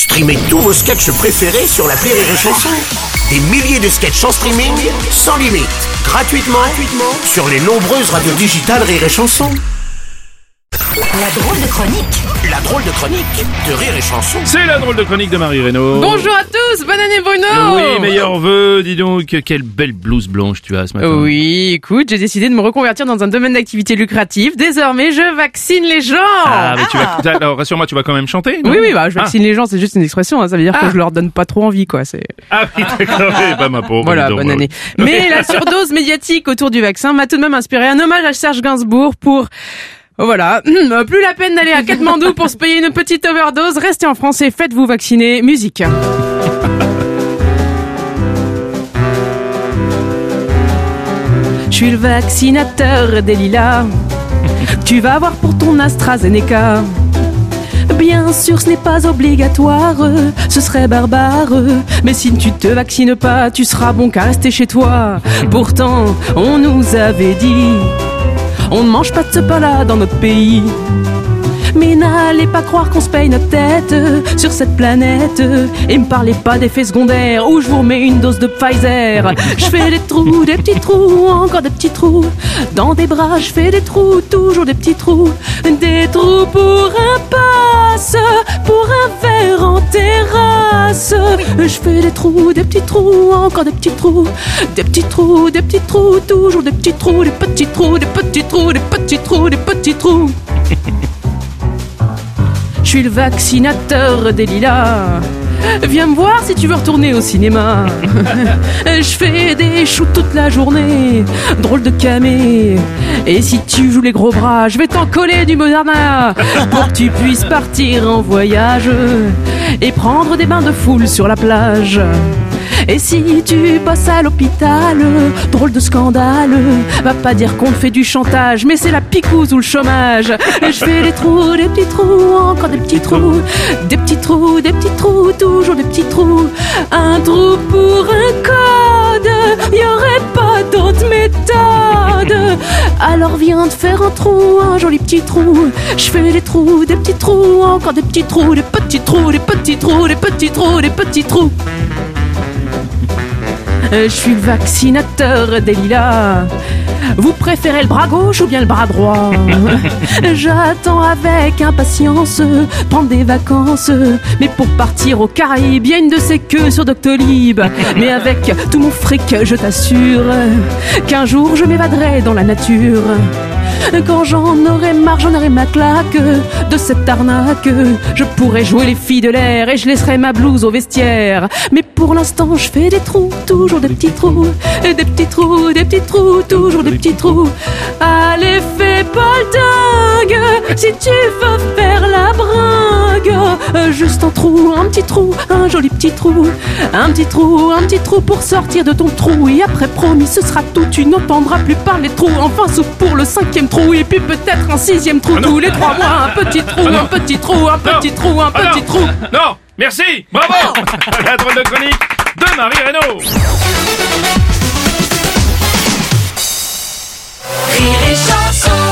Streamez tous vos sketchs préférés sur l'appli Rire et Chanson. Des milliers de sketchs en streaming, sans limite, gratuitement sur les nombreuses radios digitales Rire et Chanson. La drôle de chronique. La drôle de chronique de Rire et Chanson. C'est la drôle de chronique de Marie Reynaud. Bonjour à tous, bonne année Bruno. Oui, meilleurs vœux, dis donc, quelle belle blouse blanche tu as ce matin. Oui, écoute, j'ai décidé de me reconvertir dans un domaine d'activité lucratif. Désormais, je vaccine les gens. Ah, mais tu vas, alors, rassure-moi, tu vas quand même chanter, non? Oui, je vaccine les gens, c'est juste une expression, hein, ça veut dire que je leur donne pas trop envie, quoi. C'est... Ah oui, d'accord, bah ma pauvre. Voilà, bonne année. Mais la surdose médiatique autour du vaccin m'a tout de même inspiré un hommage à Serge Gainsbourg pour... Voilà, plus la peine d'aller à Katmandou pour se payer une petite overdose. Restez en France et faites-vous vacciner. Musique. Je suis le vaccinateur des lilas. Tu vas voir pour ton AstraZeneca. Bien sûr, ce n'est pas obligatoire, ce serait barbare. Mais si tu te vaccines pas, tu seras bon qu'à rester chez toi. Pourtant, on nous avait dit... On ne mange pas de ce pain-là dans notre pays. Mais n'allez pas croire qu'on se paye notre tête sur cette planète. Et me parlez pas d'effets secondaires où je vous remets une dose de Pfizer. Je fais des trous, des petits trous, encore des petits trous. Dans des bras, je fais des trous, toujours des petits trous. Des trous pour un passe, pour un verre en terrasse. Je fais des trous, des petits trous, encore des petits trous. Des petits trous, des petits trous, toujours des petits trous. Des petits trous, des petits trous, des petits trous, des petits trous. Je suis le vaccinateur des lilas. Viens me voir si tu veux retourner au cinéma. Je fais des shoots toute la journée, drôle de camé. Et si tu joues les gros bras, je vais t'en coller du Moderna pour que tu puisses partir en voyage et prendre des bains de foule sur la plage. Et si tu passes à l'hôpital, drôle de scandale, va pas dire qu'on te fait du chantage, mais c'est la picouse ou le chômage. Je fais des trous, des petits trous, encore des petits trous. Des petits trous, des petits trous, toujours des petits trous. Un trou pour un code, y aurait pas d'autre méthode. Alors viens te faire un trou, un joli petit trou. Je fais des trous, des petits trous, encore des petits trous. Des petits trous, des petits trous, des petits trous, des petits trous. Je suis le vaccinateur des lilas. Vous préférez le bras gauche ou bien le bras droit? J'attends avec impatience prendre des vacances. Mais pour partir aux Caraïbes, y a une de ces queues sur Doctolib. Mais avec tout mon fric, je t'assure qu'un jour je m'évaderai dans la nature. Quand j'en aurai marre, j'en aurai ma claque de cette arnaque. Je pourrai jouer les filles de l'air et je laisserai ma blouse au vestiaire. Mais pour l'instant, je fais des trous, toujours des petits trous. Des petits trous, des petits trous, toujours des petits trous. Allez, fais pas le dingue si tu veux faire la bringue. Juste un trou, un petit trou, un joli petit trou. Un petit trou pour sortir de ton trou. Et après, promis, ce sera tout. Tu n'entendras plus parler de trous. Enfin, sauf pour le 5e trou. Et puis peut-être un 6e trou. Tous les 3 mois, un petit trou, un petit trou, un petit trou, un petit trou. Non, merci, bravo. La drôle de chronique de Marie Reynaud. Rire et Chanson.